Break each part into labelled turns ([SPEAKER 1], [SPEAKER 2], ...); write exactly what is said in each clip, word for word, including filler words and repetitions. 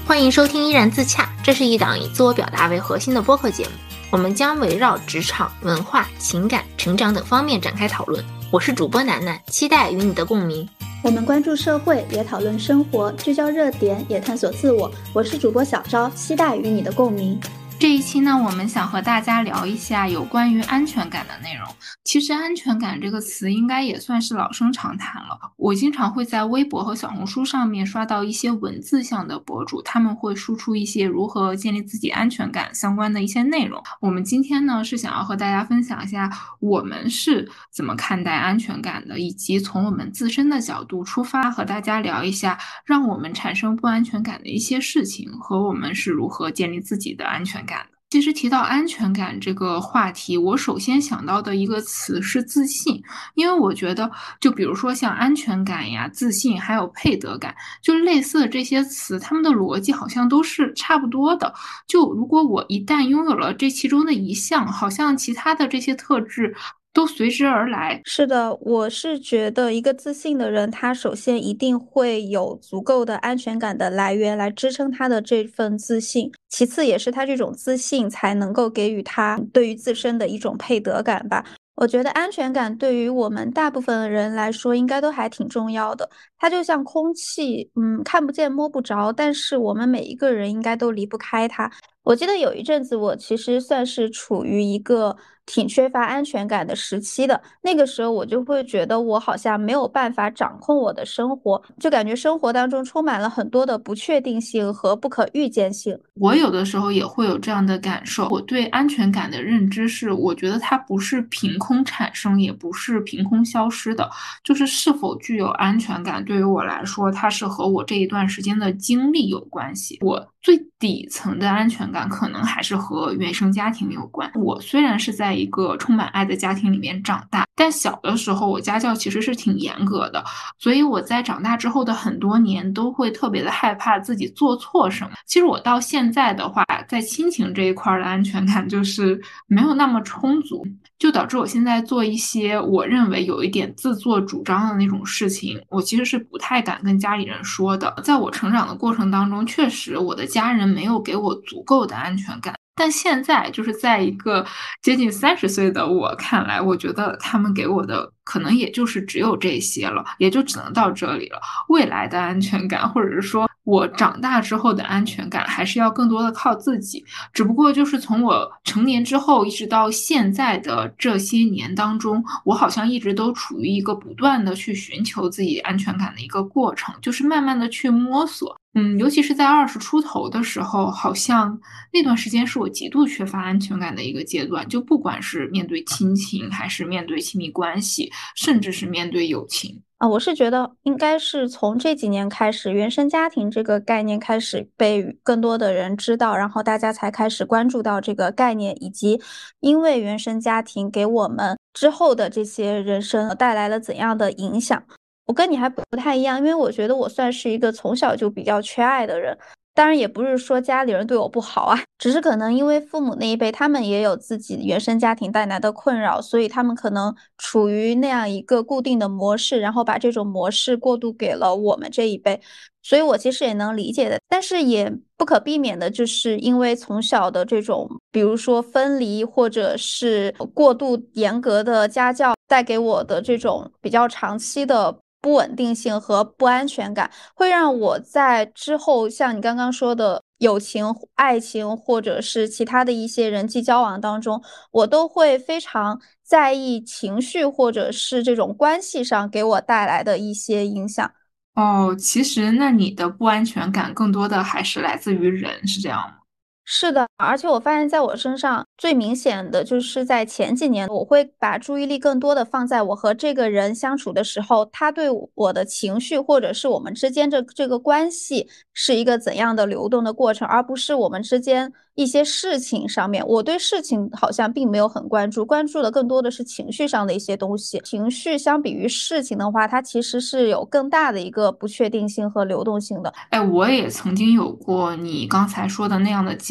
[SPEAKER 1] 欢迎收听依然自洽，这是一档以自我表达为核心的播客节目，我们将围绕职场、文化、情感、成长等方面展开讨论。我是主播楠楠，期待与你的共鸣。
[SPEAKER 2] 我们关注社会，也讨论生活，聚焦热点，也探索自我。我是主播小昭，期待与你的共鸣。
[SPEAKER 3] 这一期呢，我们想和大家聊一下有关于安全感的内容。其实安全感这个词应该也算是老生常谈了。我经常会在微博和小红书上面刷到一些文字向的博主，他们会输出一些如何建立自己安全感相关的一些内容。我们今天呢，是想要和大家分享一下我们是怎么看待安全感的，以及从我们自身的角度出发，和大家聊一下让我们产生不安全感的一些事情，和我们是如何建立自己的安全感。其实提到安全感这个话题，我首先想到的一个词是自信，因为我觉得就比如说像安全感呀、自信还有配得感，就类似的这些词，他们的逻辑好像都是差不多的。就如果我一旦拥有了这其中的一项，好像其他的这些特质都随之而来。
[SPEAKER 2] 是的，我是觉得一个自信的人，他首先一定会有足够的安全感的来源来支撑他的这份自信，其次也是他这种自信才能够给予他对于自身的一种配得感吧。我觉得安全感对于我们大部分人来说应该都还挺重要的，它就像空气，嗯，看不见摸不着，但是我们每一个人应该都离不开它。我记得有一阵子我其实算是处于一个挺缺乏安全感的时期的，那个时候我就会觉得我好像没有办法掌控我的生活，就感觉生活当中充满了很多的不确定性和不可预见性。
[SPEAKER 3] 我有的时候也会有这样的感受，我对安全感的认知是，我觉得它不是凭空产生，也不是凭空消失的，就是是否具有安全感，对于我来说，它是和我这一段时间的经历有关系。我最底层的安全感可能还是和原生家庭有关。我虽然是在一个充满爱的家庭里面长大，但小的时候我家教其实是挺严格的，所以我在长大之后的很多年都会特别的害怕自己做错什么。其实我到现在的话，在亲情这一块的安全感就是没有那么充足，就导致我现在做一些我认为有一点自作主张的那种事情，我其实是不太敢跟家里人说的。在我成长的过程当中，确实我的家人没有给我足够的安全感，但现在就是在一个接近三十岁的我看来，我觉得他们给我的可能也就是只有这些了，也就只能到这里了。未来的安全感，或者是说我长大之后的安全感，还是要更多的靠自己。只不过就是从我成年之后一直到现在的这些年当中，我好像一直都处于一个不断的去寻求自己安全感的一个过程，就是慢慢的去摸索。嗯，尤其是在二十出头的时候，好像那段时间是我极度缺乏安全感的一个阶段，就不管是面对亲情，还是面对亲密关系，甚至是面对友情。
[SPEAKER 2] 啊，我是觉得应该是从这几年开始，原生家庭这个概念开始被更多的人知道，然后大家才开始关注到这个概念，以及因为原生家庭给我们之后的这些人生带来了怎样的影响。我跟你还不太一样，因为我觉得我算是一个从小就比较缺爱的人。当然也不是说家里人对我不好啊，只是可能因为父母那一辈他们也有自己原生家庭带来的困扰，所以他们可能处于那样一个固定的模式，然后把这种模式过渡给了我们这一辈。所以我其实也能理解的，但是也不可避免的就是因为从小的这种比如说分离或者是过度严格的家教带给我的这种比较长期的不稳定性和不安全感，会让我在之后像你刚刚说的友情、爱情或者是其他的一些人际交往当中，我都会非常在意情绪或者是这种关系上给我带来的一些影响。
[SPEAKER 3] 哦，其实那你的不安全感更多的还是来自于人，是这样吗？
[SPEAKER 2] 是的，而且我发现在我身上最明显的就是在前几年，我会把注意力更多的放在我和这个人相处的时候，他对我的情绪或者是我们之间这这个关系是一个怎样的流动的过程，而不是我们之间一些事情上面。我对事情好像并没有很关注，关注的更多的是情绪上的一些东西。情绪相比于事情的话，它其实是有更大的一个不确定性和流动性的。
[SPEAKER 3] 哎，我也曾经有过你刚才说的那样的阶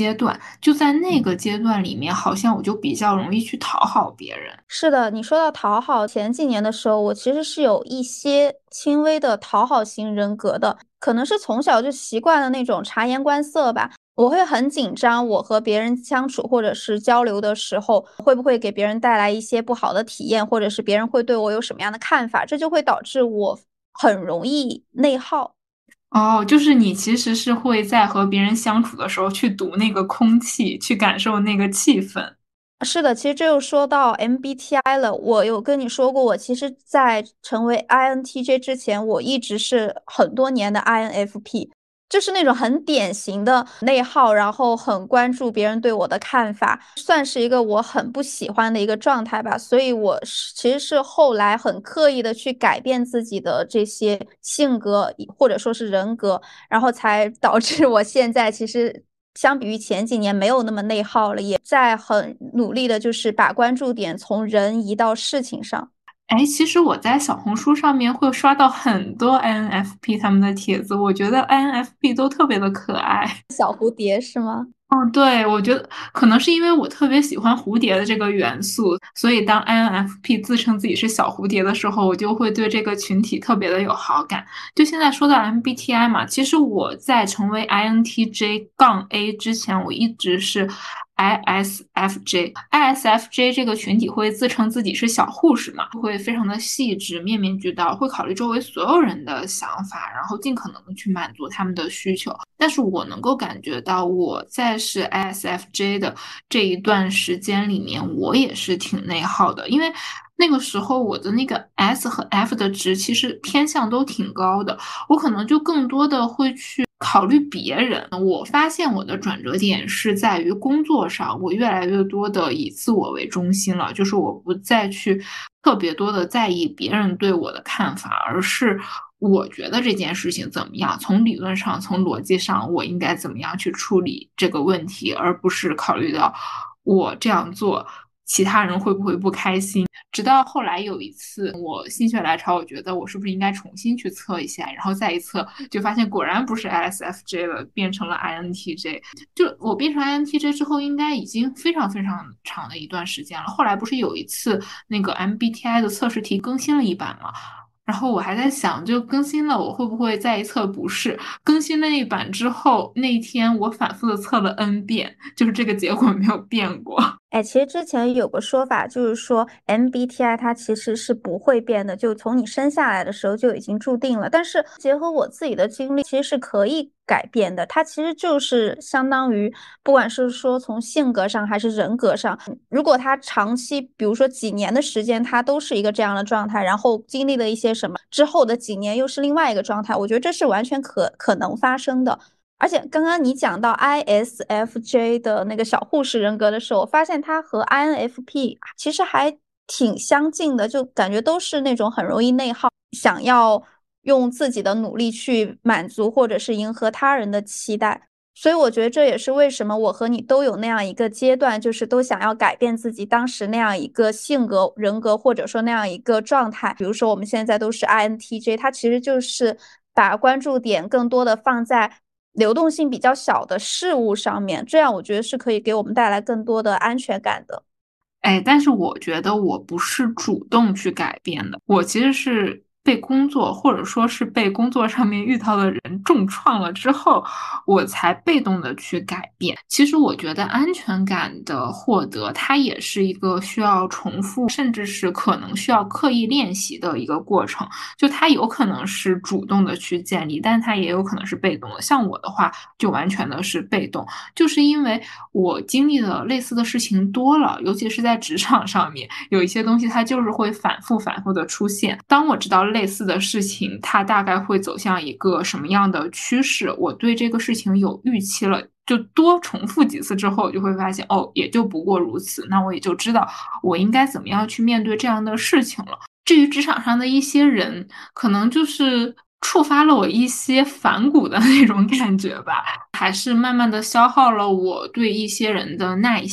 [SPEAKER 3] 阶段，就在那个阶段里面，好像我就比较容易去讨好别人。
[SPEAKER 2] 是的，你说到讨好，前几年的时候，我其实是有一些轻微的讨好型人格的，可能是从小就习惯了那种察言观色吧。我会很紧张，我和别人相处或者是交流的时候，会不会给别人带来一些不好的体验，或者是别人会对我有什么样的看法，这就会导致我很容易内耗。
[SPEAKER 3] 哦，就是你其实是会在和别人相处的时候去读那个空气，去感受那个气氛。
[SPEAKER 2] 是的，其实这又说到 M B T I 了。我有跟你说过，我其实在成为 I N T J 之前，我一直是很多年的 I N F P，就是那种很典型的内耗，然后很关注别人对我的看法，算是一个我很不喜欢的一个状态吧。所以我是其实是后来很刻意的去改变自己的这些性格，或者说是人格，然后才导致我现在其实相比于前几年没有那么内耗了，也在很努力的就是把关注点从人移到事情上。
[SPEAKER 3] 哎，其实我在小红书上面会刷到很多 I N F P 他们的帖子，我觉得 I N F P 都特别的可爱。
[SPEAKER 2] 小蝴蝶是吗？
[SPEAKER 3] 嗯，对，我觉得可能是因为我特别喜欢蝴蝶的这个元素，所以当 I N F P 自称自己是小蝴蝶的时候，我就会对这个群体特别的有好感。就现在说到 M B T I 嘛，其实我在成为 I N T J 杠 A 之前，我一直是 I S F J。I S F J 这个群体会自称自己是小护士嘛，会非常的细致、面面俱到，会考虑周围所有人的想法，然后尽可能的去满足他们的需求。但是我能够感觉到我在是 I S F J 的这一段时间里面，我也是挺内耗的，因为那个时候我的那个 S 和 F 的值其实偏向都挺高的，我可能就更多的会去考虑别人。我发现我的转折点是在于工作上，我越来越多的以自我为中心了，就是我不再去特别多的在意别人对我的看法，而是我觉得这件事情怎么样，从理论上从逻辑上我应该怎么样去处理这个问题，而不是考虑到我这样做其他人会不会不开心。直到后来有一次我心血来潮，我觉得我是不是应该重新去测一下，然后再一测就发现果然不是 I S F J 了，变成了 I N T J。 就我变成 I N T J 之后应该已经非常非常长的一段时间了，后来不是有一次那个 M B T I 的测试题更新了一版吗？然后我还在想，就更新了，我会不会再一测不是？更新了一版之后，那一天我反复的测了 N 遍，就是这个结果没有变过。
[SPEAKER 2] 哎，其实之前有个说法，就是说 M B T I 它其实是不会变的，就从你生下来的时候就已经注定了。但是结合我自己的经历，其实是可以改变的。它其实就是相当于，不管是说从性格上还是人格上，如果他长期，比如说几年的时间，他都是一个这样的状态，然后经历了一些什么之后的几年又是另外一个状态，我觉得这是完全可可能发生的。而且刚刚你讲到 I S F J 的那个小护士人格的时候，我发现它和 I N F P 其实还挺相近的，就感觉都是那种很容易内耗，想要用自己的努力去满足或者是迎合他人的期待。所以我觉得这也是为什么我和你都有那样一个阶段，就是都想要改变自己当时那样一个性格人格，或者说那样一个状态。比如说我们现在都是 I N T J， 它其实就是把关注点更多的放在流动性比较小的事物上面，这样我觉得是可以给我们带来更多的安全感的。
[SPEAKER 3] 哎，但是我觉得我不是主动去改变的，我其实是被工作或者说是被工作上面遇到的人重创了之后，我才被动的去改变。其实我觉得安全感的获得，它也是一个需要重复，甚至是可能需要刻意练习的一个过程。就它有可能是主动的去建立，但它也有可能是被动的。像我的话，就完全的是被动，就是因为我经历的类似的事情多了，尤其是在职场上面，有一些东西它就是会反复反复的出现。当我知道类似的事情它大概会走向一个什么样的趋势，我对这个事情有预期了，就多重复几次之后，我就会发现哦，也就不过如此，那我也就知道我应该怎么样去面对这样的事情了。至于职场上的一些人，可能就是触发了我一些反骨的那种感觉吧，还是慢慢的消耗了我对一些人的耐心。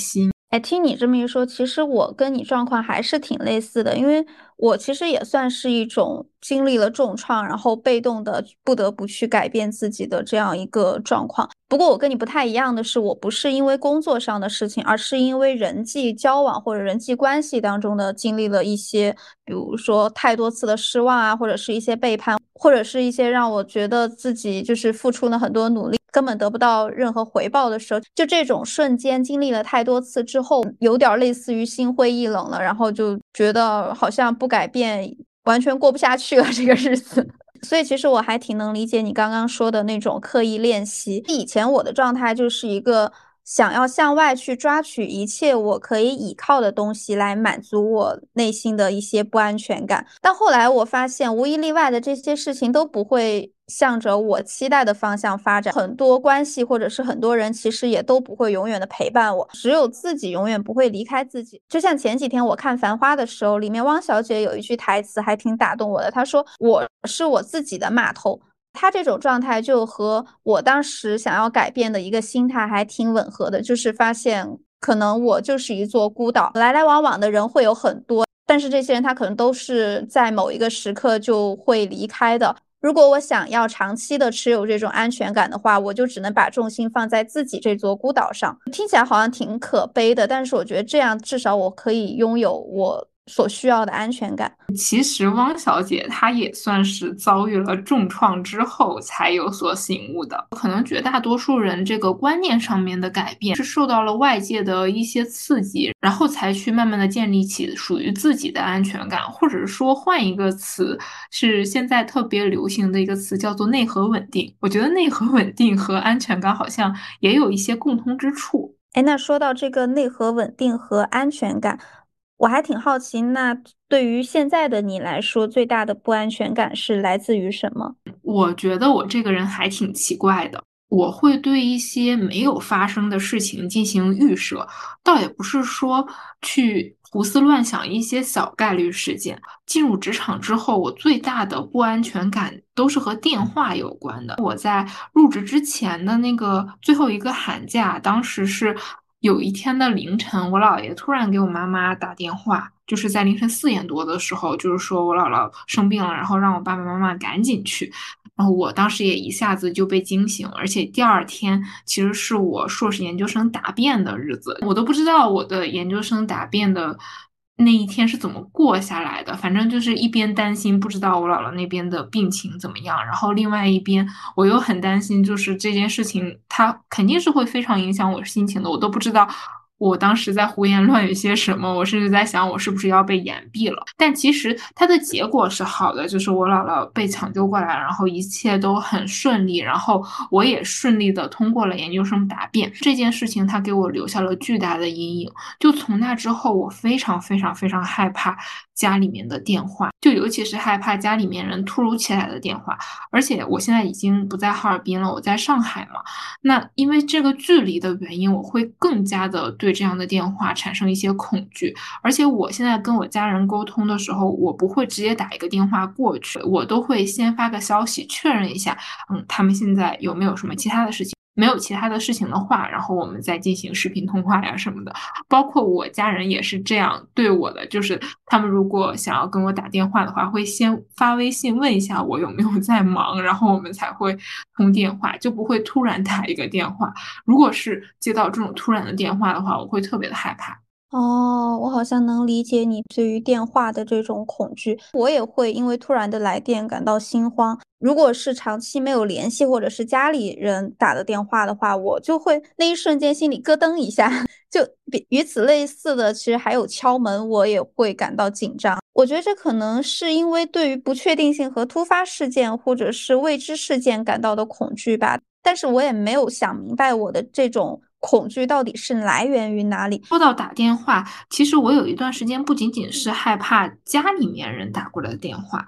[SPEAKER 2] 哎，听你这么一说，其实我跟你状况还是挺类似的，因为我其实也算是一种经历了重创，然后被动的不得不去改变自己的这样一个状况。不过我跟你不太一样的是，我不是因为工作上的事情，而是因为人际交往或者人际关系当中的经历了一些，比如说太多次的失望啊，或者是一些背叛，或者是一些让我觉得自己就是付出了很多努力，根本得不到任何回报的时候，就这种瞬间经历了太多次之后，有点类似于心灰意冷了，然后就觉得好像不改变，完全过不下去了这个日子。所以其实我还挺能理解你刚刚说的那种刻意练习。以前我的状态就是一个想要向外去抓取一切我可以倚靠的东西来满足我内心的一些不安全感。但后来我发现，无一例外的这些事情都不会向着我期待的方向发展。很多关系或者是很多人其实也都不会永远的陪伴我，只有自己永远不会离开自己。就像前几天我看《繁花》的时候，里面汪小姐有一句台词还挺打动我的，她说：“我是我自己的码头。”他这种状态就和我当时想要改变的一个心态还挺吻合的，就是发现可能我就是一座孤岛，来来往往的人会有很多，但是这些人他可能都是在某一个时刻就会离开的。如果我想要长期的持有这种安全感的话，我就只能把重心放在自己这座孤岛上。听起来好像挺可悲的，但是我觉得这样至少我可以拥有我所需要的安全感。
[SPEAKER 3] 其实汪小姐她也算是遭遇了重创之后才有所醒悟的。可能绝大多数人这个观念上面的改变是受到了外界的一些刺激，然后才去慢慢的建立起属于自己的安全感，或者说换一个词，是现在特别流行的一个词叫做内核稳定。我觉得内核稳定和安全感好像也有一些共通之处。
[SPEAKER 2] 哎，那说到这个内核稳定和安全感，我还挺好奇，那对于现在的你来说，最大的不安全感是来自于什么？
[SPEAKER 3] 我觉得我这个人还挺奇怪的，我会对一些没有发生的事情进行预设，倒也不是说去胡思乱想一些小概率事件。进入职场之后，我最大的不安全感都是和电话有关的。我在入职之前的那个最后一个寒假，当时是有一天的凌晨，我姥爷突然给我妈妈打电话，就是在凌晨四点多的时候，就是说我姥姥生病了，然后让我爸爸妈妈赶紧去。然后我当时也一下子就被惊醒，而且第二天其实是我硕士研究生答辩的日子，我都不知道我的研究生答辩的那一天是怎么过下来的。反正就是一边担心不知道我姥姥那边的病情怎么样，然后另外一边我又很担心，就是这件事情它肯定是会非常影响我心情的，我都不知道我当时在胡言乱语些什么，我甚至在想我是不是要被延毕了。但其实它的结果是好的，就是我姥姥被抢救过来，然后一切都很顺利，然后我也顺利的通过了研究生答辩。这件事情它给我留下了巨大的阴影，就从那之后，我非常非常非常害怕家里面的电话，就尤其是害怕家里面人突如其来的电话。而且我现在已经不在哈尔滨了，我在上海嘛。那因为这个距离的原因，我会更加的对这样的电话产生一些恐惧。而且我现在跟我家人沟通的时候，我不会直接打一个电话过去，我都会先发个消息确认一下，嗯，他们现在有没有什么其他的事情。没有其他的事情的话，然后我们再进行视频通话呀什么的。包括我家人也是这样对我的，就是他们如果想要跟我打电话的话，会先发微信问一下我有没有在忙，然后我们才会通电话，就不会突然打一个电话。如果是接到这种突然的电话的话，我会特别的害怕。
[SPEAKER 2] 哦，我好像能理解你对于电话的这种恐惧，我也会因为突然的来电感到心慌。如果是长期没有联系，或者是家里人打的电话的话，我就会那一瞬间心里咯噔一下。就比与此类似的，其实还有敲门，我也会感到紧张。我觉得这可能是因为对于不确定性和突发事件或者是未知事件感到的恐惧吧。但是我也没有想明白我的这种恐惧到底是来源于哪里。
[SPEAKER 3] 说到打电话，其实我有一段时间不仅仅是害怕家里面人打过来的电话，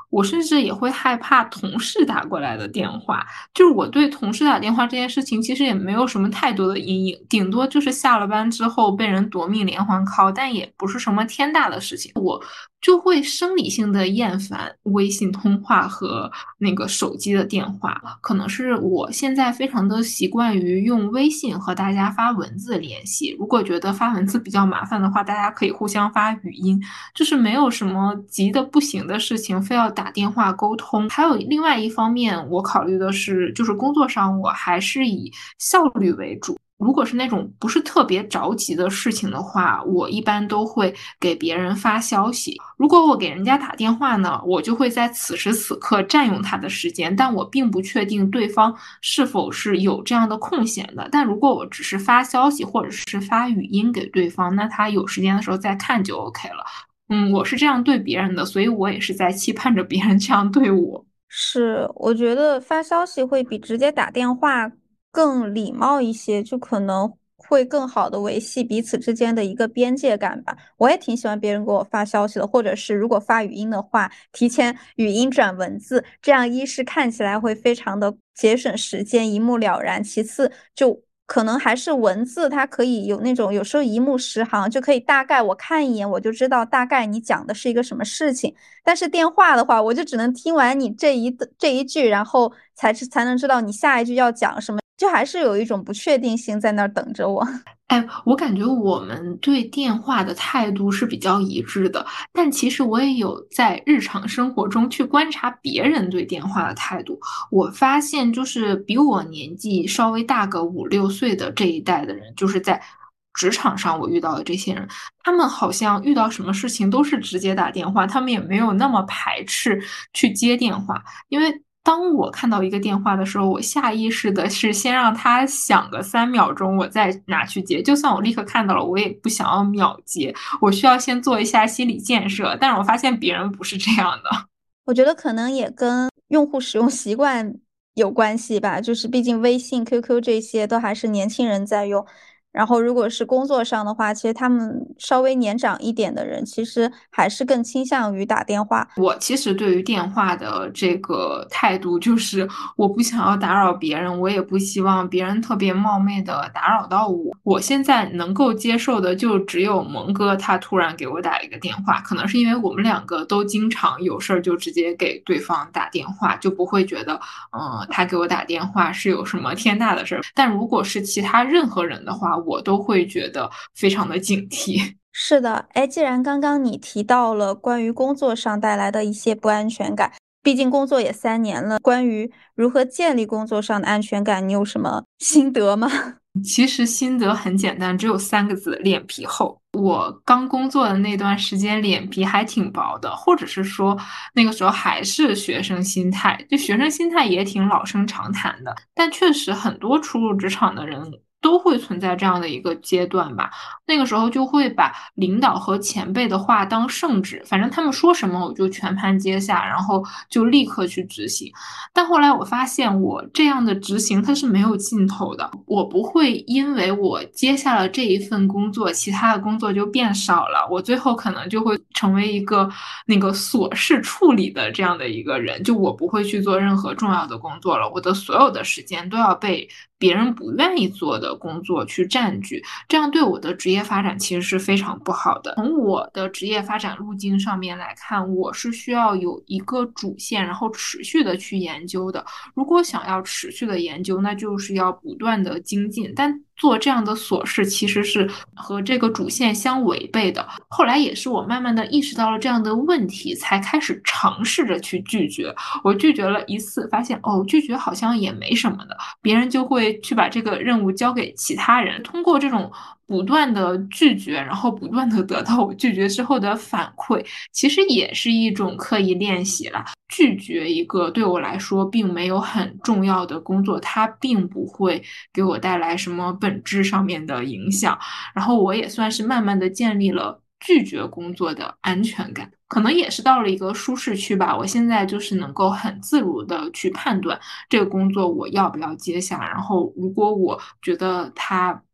[SPEAKER 3] 我甚至也会害怕同事打过来的电话，就是我对同事打电话这件事情其实也没有什么太多的阴影，顶多就是下了班之后被人夺命连环 call，但也不是什么天大的事情。我就会生理性的厌烦微信通话和那个手机的电话，可能是我现在非常的习惯于用微信和大家发文字联系。如果觉得发文字比较麻烦的话，大家可以互相发语音，就是没有什么急的不行的事情非要打电话沟通。还有另外一方面，我考虑的是，就是工作上我还是以效率为主。如果是那种不是特别着急的事情的话，我一般都会给别人发消息。如果我给人家打电话呢，我就会在此时此刻占用他的时间，但我并不确定对方是否是有这样的空闲的。但如果我只是发消息或者是发语音给对方，那他有时间的时候再看就 OK 了。嗯，我是这样对别人的，所以我也是在期盼着别人这样对我。
[SPEAKER 2] 是，我觉得发消息会比直接打电话更礼貌一些，就可能会更好的维系彼此之间的一个边界感吧。我也挺喜欢别人给我发消息的，或者是如果发语音的话，提前语音转文字，这样一是看起来会非常的节省时间，一目了然；其次就可能还是文字，它可以有那种有时候一目十行，就可以大概我看一眼我就知道大概你讲的是一个什么事情。但是电话的话，我就只能听完你这一这一句，然后才才能知道你下一句要讲什么，就还是有一种不确定性在那儿等着我。
[SPEAKER 3] 哎，我感觉我们对电话的态度是比较一致的，但其实我也有在日常生活中去观察别人对电话的态度。我发现，就是比我年纪稍微大个五六岁的这一代的人，就是在职场上我遇到的这些人，他们好像遇到什么事情都是直接打电话，他们也没有那么排斥去接电话，因为当我看到一个电话的时候，我下意识的是先让它响个三秒钟，我再拿去接。就算我立刻看到了，我也不想要秒接，我需要先做一下心理建设。但是我发现别人不是这样的。
[SPEAKER 2] 我觉得可能也跟用户使用习惯有关系吧，就是毕竟微信、Q Q 这些都还是年轻人在用。然后如果是工作上的话，其实他们稍微年长一点的人，其实还是更倾向于打电话。
[SPEAKER 3] 我其实对于电话的这个态度，就是我不想要打扰别人，我也不希望别人特别冒昧的打扰到我。我现在能够接受的就只有蒙哥他突然给我打了一个电话，可能是因为我们两个都经常有事儿就直接给对方打电话，就不会觉得，嗯、他给我打电话是有什么天大的事儿。但如果是其他任何人的话，我都会觉得非常的警惕。
[SPEAKER 2] 是的，哎，既然刚刚你提到了关于工作上带来的一些不安全感，毕竟工作也三年了，关于如何建立工作上的安全感，你有什么心得吗？
[SPEAKER 3] 其实心得很简单，只有三个字：脸皮厚。我刚工作的那段时间，脸皮还挺薄的，或者是说那个时候还是学生心态，就学生心态也挺老生常谈的。但确实很多初入职场的人都会存在这样的一个阶段吧。那个时候就会把领导和前辈的话当圣旨，反正他们说什么我就全盘接下，然后就立刻去执行。但后来我发现，我这样的执行它是没有尽头的。我不会因为我接下了这一份工作，其他的工作就变少了。我最后可能就会成为一个那个琐事处理的这样的一个人，就我不会去做任何重要的工作了。我的所有的时间都要被别人不愿意做的工作去占据，这样对我的职业发展其实是非常不好的。从我的职业发展路径上面来看，我是需要有一个主线，然后持续的去研究的。如果想要持续的研究，那就是要不断的精进，但做这样的琐事其实是和这个主线相违背的。后来也是我慢慢的意识到了这样的问题，才开始尝试着去拒绝。我拒绝了一次，发现哦，拒绝好像也没什么的，别人就会去把这个任务交给其他人。通过这种不断的拒绝，然后不断的得到我拒绝之后的反馈，其实也是一种刻意练习啦。拒绝一个对我来说并没有很重要的工作，它并不会给我带来什么本质上面的影响。然后我也算是慢慢的建立了拒绝工作的安全感，可能也是到了一个舒适区吧。我现在就是能够很自如的去判断这个工作我要不要接下，然后如果我觉得它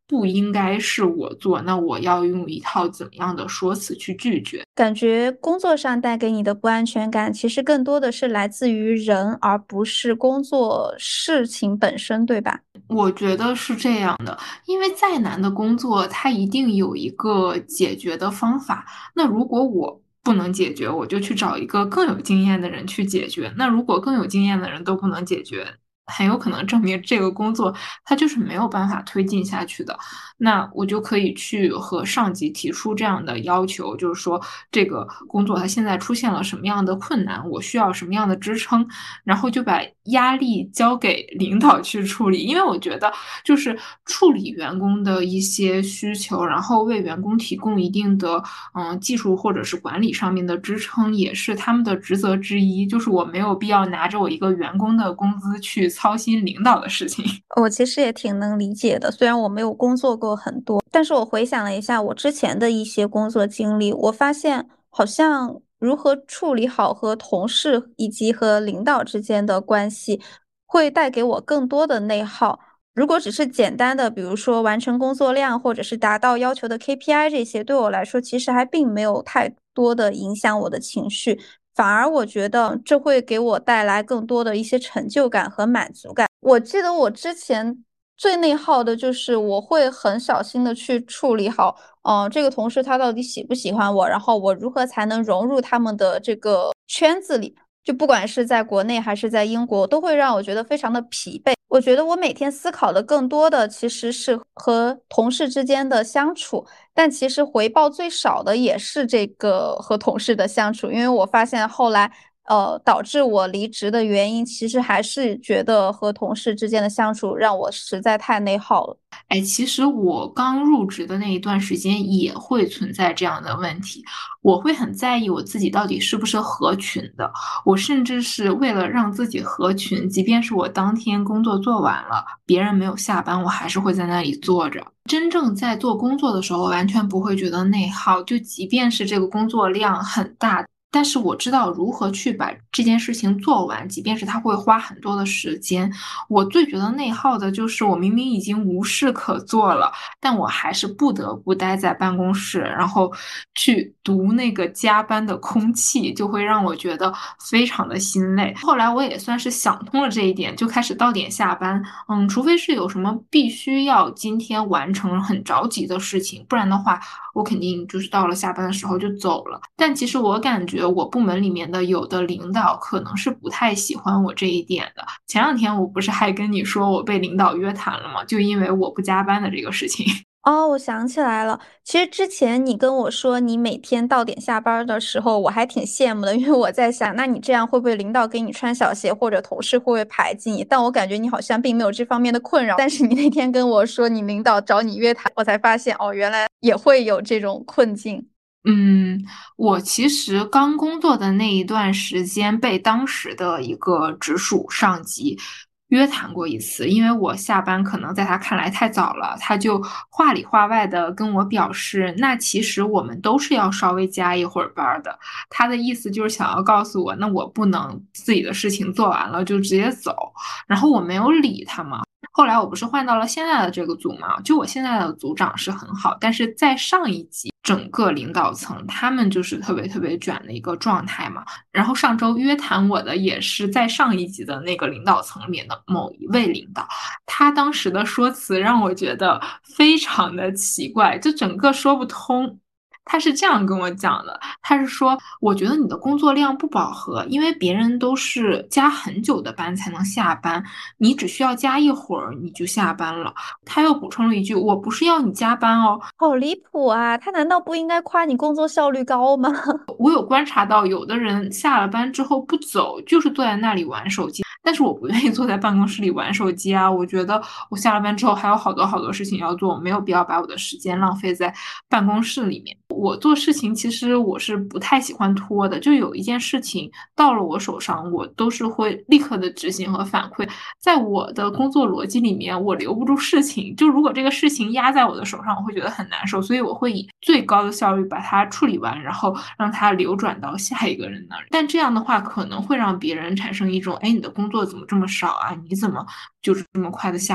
[SPEAKER 3] 不应该是我做，那我要用一套怎么样的说辞去拒绝。
[SPEAKER 2] 感觉工作上带给你的不安全感，其实更多的是来自于人，而不是工作事情本身，对吧？
[SPEAKER 3] 我觉得是这样的，因为再难的工作，它一定有一个解决的方法。那如果我不能解决，我就去找一个更有经验的人去解决。那如果更有经验的人都不能解决，很有可能证明这个工作它就是没有办法推进下去的。那我就可以去和上级提出这样的要求，就是说这个工作它现在出现了什么样的困难，我需要什么样的支撑，然后就把压力交给领导去处理。因为我觉得就是处理员工的一些需求，然后为员工提供一定的嗯技术或者是管理上面的支撑，也是他们的职责之一。就是我没有必要拿着我一个员工的工资去操心领导的事情。
[SPEAKER 2] 我其实也挺能理解的，虽然我没有工作过很多，但是我回想了一下我之前的一些工作经历，我发现好像如何处理好和同事以及和领导之间的关系，会带给我更多的内耗。如果只是简单的，比如说完成工作量，或者是达到要求的 K P I 这些，对我来说其实还并没有太多的影响我的情绪，反而我觉得这会给我带来更多的一些成就感和满足感。我记得我之前最内耗的就是我会很小心的去处理好，嗯、呃这个同事他到底喜不喜欢我，然后我如何才能融入他们的这个圈子里。就不管是在国内还是在英国，都会让我觉得非常的疲惫。我觉得我每天思考的更多的其实是和同事之间的相处，但其实回报最少的也是这个和同事的相处，因为我发现后来，呃，导致我离职的原因，其实还是觉得和同事之间的相处让我实在太内耗了。
[SPEAKER 3] 哎，其实我刚入职的那一段时间也会存在这样的问题，我会很在意我自己到底是不是合群的。我甚至是为了让自己合群，即便是我当天工作做完了，别人没有下班，我还是会在那里坐着。真正在做工作的时候，完全不会觉得内耗，就即便是这个工作量很大。但是我知道如何去把这件事情做完，即便是它会花很多的时间。我最觉得内耗的就是我明明已经无事可做了，但我还是不得不待在办公室，然后去读那个加班的空气，就会让我觉得非常的心累。后来我也算是想通了这一点，就开始到点下班。嗯，除非是有什么必须要今天完成很着急的事情，不然的话，我肯定就是到了下班的时候就走了。但其实我感觉我部门里面的有的领导可能是不太喜欢我这一点的。前两天我不是还跟你说我被领导约谈了吗？就因为我不加班的这个事情。
[SPEAKER 2] 哦，我想起来了。其实之前你跟我说你每天到点下班儿的时候，我还挺羡慕的，因为我在想，那你这样会不会领导给你穿小鞋，或者同事会不会排挤你？但我感觉你好像并没有这方面的困扰。但是你那天跟我说你领导找你约谈，我才发现哦，原来也会有这种困境。
[SPEAKER 3] 嗯，我其实刚工作的那一段时间，被当时的一个直属上级约谈过一次，因为我下班可能在他看来太早了，他就话里话外的跟我表示，那其实我们都是要稍微加一会儿班儿的。他的意思就是想要告诉我，那我不能自己的事情做完了就直接走，然后我没有理他嘛。后来我不是换到了现在的这个组嘛，就我现在的组长是很好，但是在上一级整个领导层他们就是特别特别卷的一个状态嘛。然后上周约谈我的也是在上一级的那个领导层里面的某一位领导，他当时的说辞让我觉得非常的奇怪，就整个说不通。他是这样跟我讲的，他是说，我觉得你的工作量不饱和，因为别人都是加很久的班才能下班，你只需要加一会儿你就下班了。他又补充了一句，我不是要你加班哦。
[SPEAKER 2] 好离谱啊！他难道不应该夸你工作效率高吗？
[SPEAKER 3] 我有观察到，有的人下了班之后不走，就是坐在那里玩手机。但是我不愿意坐在办公室里玩手机啊！我觉得我下了班之后还有好多好多事情要做，我没有必要把我的时间浪费在办公室里面。我做事情其实我是不太喜欢拖的，就有一件事情到了我手上，我都是会立刻的执行和反馈。在我的工作逻辑里面，我留不住事情，就如果这个事情压在我的手上，我会觉得很难受，所以我会以最高的效率把它处理完，然后让它流转到下一个人那儿。但这样的话，可能会让别人产生一种，哎，你的工作怎么这么少啊？你怎么就是这么快的下班了？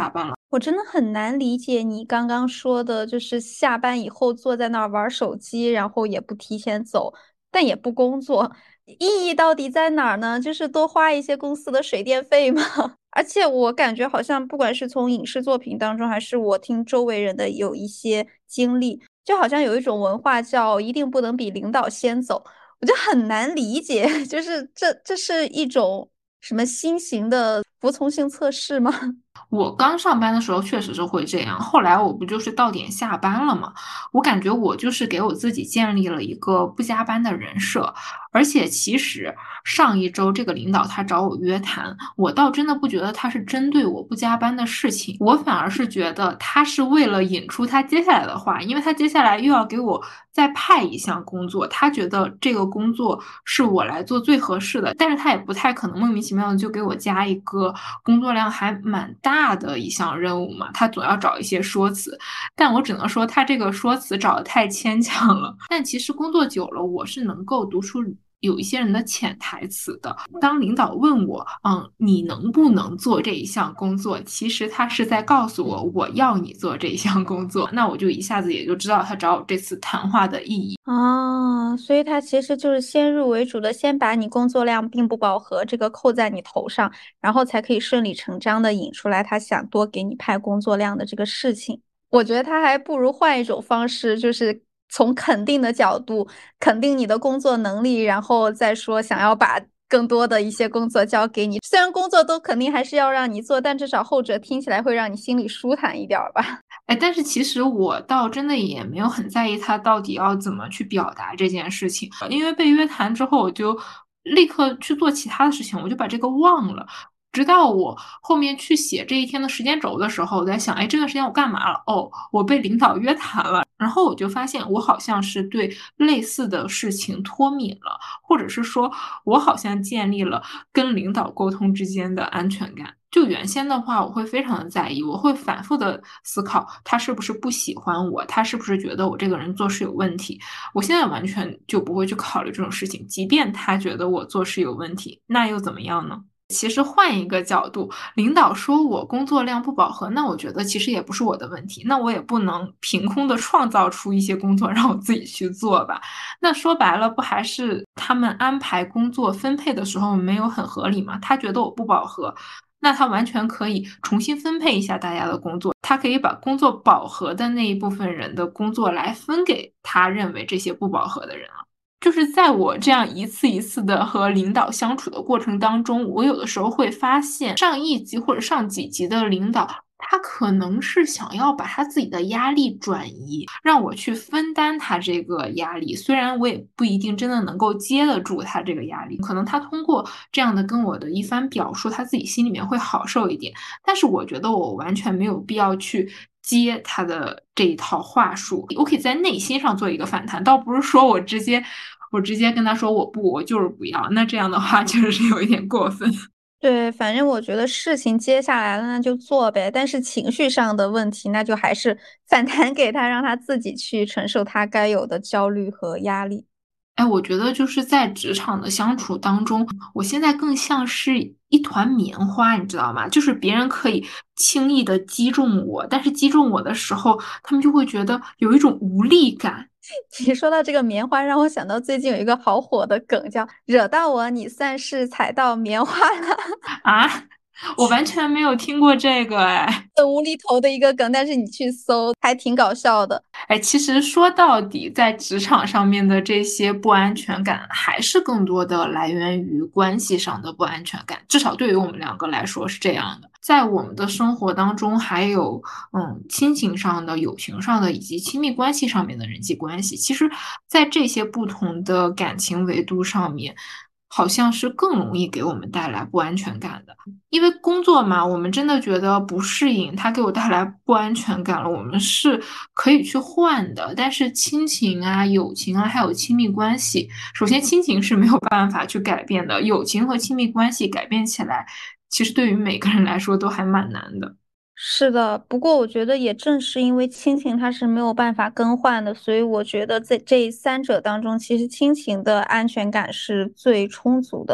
[SPEAKER 2] 我真的很难理解你刚刚说的，就是下班以后坐在那儿玩手机，然后也不提前走，但也不工作，意义到底在哪儿呢？就是多花一些公司的水电费吗？而且我感觉好像不管是从影视作品当中，还是我听周围人的有一些经历，就好像有一种文化叫一定不能比领导先走，我就很难理解，就是这这是一种什么新型的服从性测试吗？
[SPEAKER 3] 我刚上班的时候确实是会这样，后来我不就是到点下班了吗？我感觉我就是给我自己建立了一个不加班的人设，而且其实上一周这个领导他找我约谈，我倒真的不觉得他是针对我不加班的事情，我反而是觉得他是为了引出他接下来的话，因为他接下来又要给我再派一项工作，他觉得这个工作是我来做最合适的，但是他也不太可能莫名其妙的就给我加一个工作量还蛮大的一项任务嘛，他总要找一些说辞，但我只能说他这个说辞找的太牵强了。但其实工作久了，我是能够读出有一些人的潜台词的。当领导问我，嗯，你能不能做这一项工作？其实他是在告诉我，我要你做这一项工作。那我就一下子也就知道他找我这次谈话的意义。
[SPEAKER 2] 哦，所以他其实就是先入为主的，先把你工作量并不饱和这个扣在你头上，然后才可以顺理成章的引出来他想多给你派工作量的这个事情。我觉得他还不如换一种方式，就是从肯定的角度肯定你的工作能力，然后再说想要把更多的一些工作交给你。虽然工作都肯定还是要让你做，但至少后者听起来会让你心里舒坦一点儿吧。
[SPEAKER 3] 哎，但是其实我倒真的也没有很在意他到底要怎么去表达这件事情，因为被约谈之后，我就立刻去做其他的事情，我就把这个忘了。直到我后面去写这一天的时间轴的时候，我在想，哎，这段时间我干嘛了？哦，我被领导约谈了。然后我就发现，我好像是对类似的事情脱敏了，或者是说我好像建立了跟领导沟通之间的安全感。就原先的话，我会非常的在意，我会反复的思考他是不是不喜欢我，他是不是觉得我这个人做事有问题。我现在完全就不会去考虑这种事情，即便他觉得我做事有问题，那又怎么样呢？其实换一个角度，领导说我工作量不饱和，那我觉得其实也不是我的问题，那我也不能凭空的创造出一些工作让我自己去做吧。那说白了，不还是他们安排工作分配的时候没有很合理吗？他觉得我不饱和，那他完全可以重新分配一下大家的工作，他可以把工作饱和的那一部分人的工作来分给他认为这些不饱和的人啊。就是在我这样一次一次的和领导相处的过程当中，我有的时候会发现，上一级或者上几级的领导，他可能是想要把他自己的压力转移，让我去分担他这个压力。虽然我也不一定真的能够接得住他这个压力，可能他通过这样的跟我的一番表述，他自己心里面会好受一点。但是我觉得我完全没有必要去接他的这一套话术，我可以在内心上做一个反弹，倒不是说我直接我直接跟他说我不，我就是不要，那这样的话确实是有一点过分。
[SPEAKER 2] 对，反正我觉得事情接下来了，那就做呗。但是情绪上的问题，那就还是反弹给他，让他自己去承受他该有的焦虑和压力。
[SPEAKER 3] 哎，我觉得就是在职场的相处当中，我现在更像是一团棉花，你知道吗？就是别人可以轻易的击中我，但是击中我的时候，他们就会觉得有一种无力感。
[SPEAKER 2] 你说到这个棉花，让我想到最近有一个好火的梗，叫“惹到我，你算是踩到棉花了”。
[SPEAKER 3] 啊，我完全没有听过这个哎。
[SPEAKER 2] 很无厘头的一个梗，但是你去搜还挺搞笑的。
[SPEAKER 3] 哎，其实说到底，在职场上面的这些不安全感，还是更多的来源于关系上的不安全感。至少对于我们两个来说是这样的。在我们的生活当中，还有嗯亲情上的、友情上的，以及亲密关系上面的人际关系。其实，在这些不同的感情维度上面，好像是更容易给我们带来不安全感的。因为工作嘛，我们真的觉得不适应，它给我带来不安全感了，我们是可以去换的。但是亲情啊、友情啊，还有亲密关系，首先亲情是没有办法去改变的，友情和亲密关系改变起来，其实对于每个人来说都还蛮难的。
[SPEAKER 2] 是的，不过我觉得也正是因为亲情它是没有办法更换的，所以我觉得在这三者当中，其实亲情的安全感是最充足的。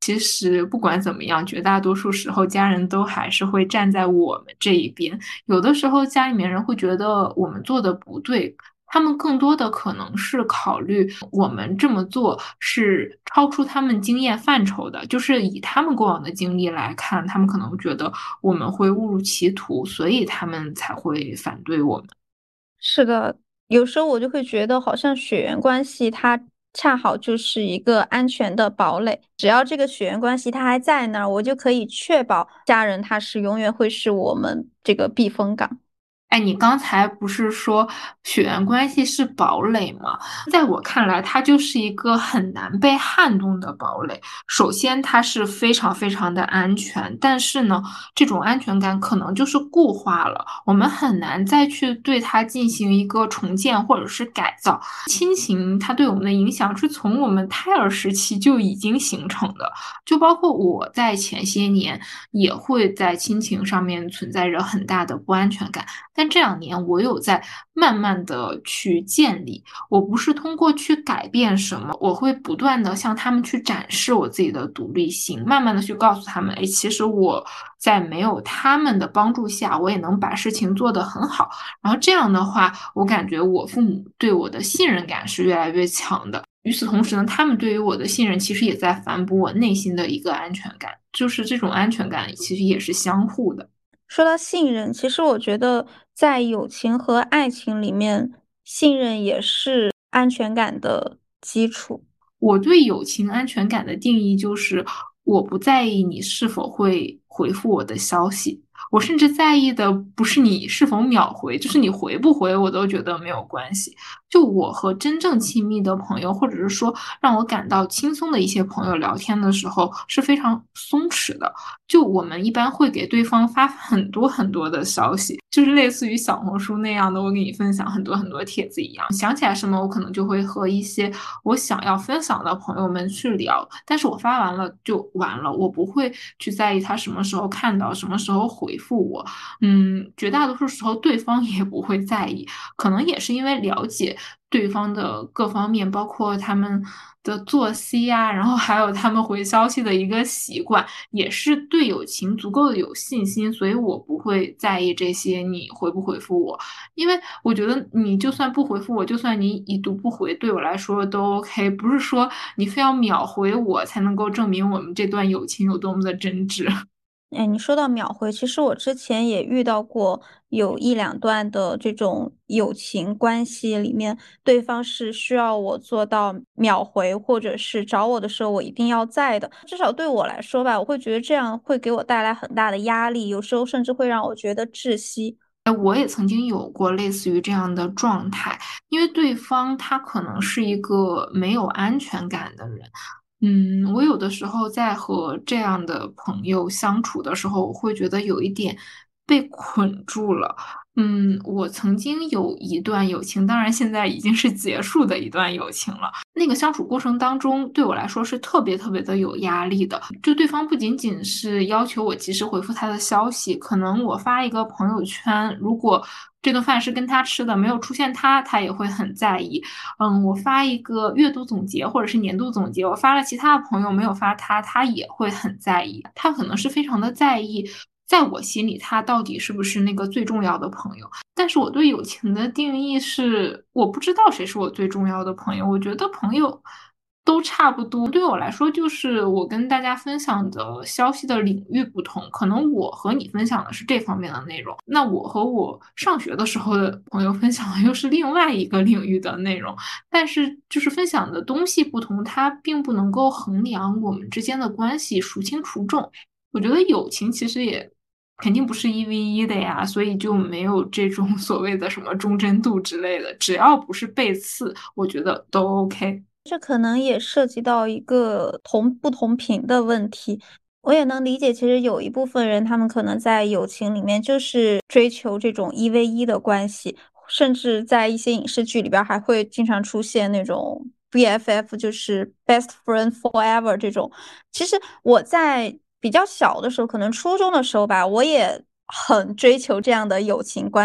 [SPEAKER 3] 其实不管怎么样，绝大多数时候家人都还是会站在我们这一边。有的时候家里面人会觉得我们做的不对，他们更多的可能是考虑我们这么做是超出他们经验范畴的，就是以他们过往的经历来看，他们可能觉得我们会误入歧途，所以他们才会反对我们。
[SPEAKER 2] 是的，有时候我就会觉得好像血缘关系它恰好就是一个安全的堡垒，只要这个血缘关系它还在那儿，我就可以确保家人他是永远会是我们这个避风港。
[SPEAKER 3] 哎，你刚才不是说血缘关系是堡垒吗？在我看来，它就是一个很难被撼动的堡垒。首先，它是非常非常的安全，但是呢，这种安全感可能就是固化了，我们很难再去对它进行一个重建或者是改造。亲情它对我们的影响是从我们胎儿时期就已经形成的，就包括我在前些年也会在亲情上面存在着很大的不安全感。但这两年我有在慢慢的去建立，我不是通过去改变什么，我会不断的向他们去展示我自己的独立性，慢慢的去告诉他们，哎，其实我在没有他们的帮助下，我也能把事情做得很好。然后这样的话，我感觉我父母对我的信任感是越来越强的。与此同时呢，他们对于我的信任其实也在反哺我内心的一个安全感，就是这种安全感其实也是相互的。
[SPEAKER 2] 说到信任，其实我觉得在友情和爱情里面，信任也是安全感的基础。
[SPEAKER 3] 我对友情安全感的定义就是，我不在意你是否会回复我的消息，我甚至在意的不是你是否秒回，就是你回不回，我都觉得没有关系。就我和真正亲密的朋友，或者是说让我感到轻松的一些朋友聊天的时候，是非常松弛的。就我们一般会给对方发很多很多的消息，就是类似于小红书那样的，我给你分享很多很多帖子一样。想起来什么，我可能就会和一些我想要分享的朋友们去聊，但是我发完了就完了，我不会去在意他什么时候看到，什么时候回复我。嗯，绝大多数时候对方也不会在意，可能也是因为了解对方的各方面，包括他们的作息啊，然后还有他们回消息的一个习惯，也是对友情足够的有信心，所以我不会在意这些你回不回复我，因为我觉得你就算不回复我，就算你已读不回，对我来说都 OK，不是说你非要秒回我才能够证明我们这段友情有多么的真挚。
[SPEAKER 2] 哎，你说到秒回，其实我之前也遇到过有一两段的这种友情关系里面，对方是需要我做到秒回，或者是找我的时候我一定要在的。至少对我来说吧，我会觉得这样会给我带来很大的压力，有时候甚至会让我觉得窒息。
[SPEAKER 3] 哎，我也曾经有过类似于这样的状态，因为对方他可能是一个没有安全感的人。嗯，我有的时候在和这样的朋友相处的时候，我会觉得有一点被捆住了。嗯，我曾经有一段友情，当然现在已经是结束的一段友情了。那个相处过程当中，对我来说是特别特别的有压力的。就对方不仅仅是要求我及时回复他的消息，可能我发一个朋友圈，如果这顿饭是跟他吃的，没有出现他，他也会很在意。嗯，我发一个月度总结或者是年度总结，我发了其他的朋友没有发他，他也会很在意。他可能是非常的在意，在我心里他到底是不是那个最重要的朋友。但是我对友情的定义是，我不知道谁是我最重要的朋友。我觉得朋友都差不多，对我来说就是我跟大家分享的消息的领域不同，可能我和你分享的是这方面的内容，那我和我上学的时候的朋友分享的又是另外一个领域的内容。但是就是分享的东西不同，它并不能够衡量我们之间的关系孰轻孰重。我觉得友情其实也肯定不是一 v 一的呀，所以就没有这种所谓的什么忠贞度之类的，只要不是背刺，我觉得都 OK。
[SPEAKER 2] 这可能也涉及到一个同不同频的问题。我也能理解，其实有一部分人，他们可能在友情里面就是追求这种一 v 一的关系，甚至在一些影视剧里边还会经常出现那种 B F F，就是 best friend forever 这种。其实我在比较小的时候，可能初中的时候吧，我也很追求这样的友情关系。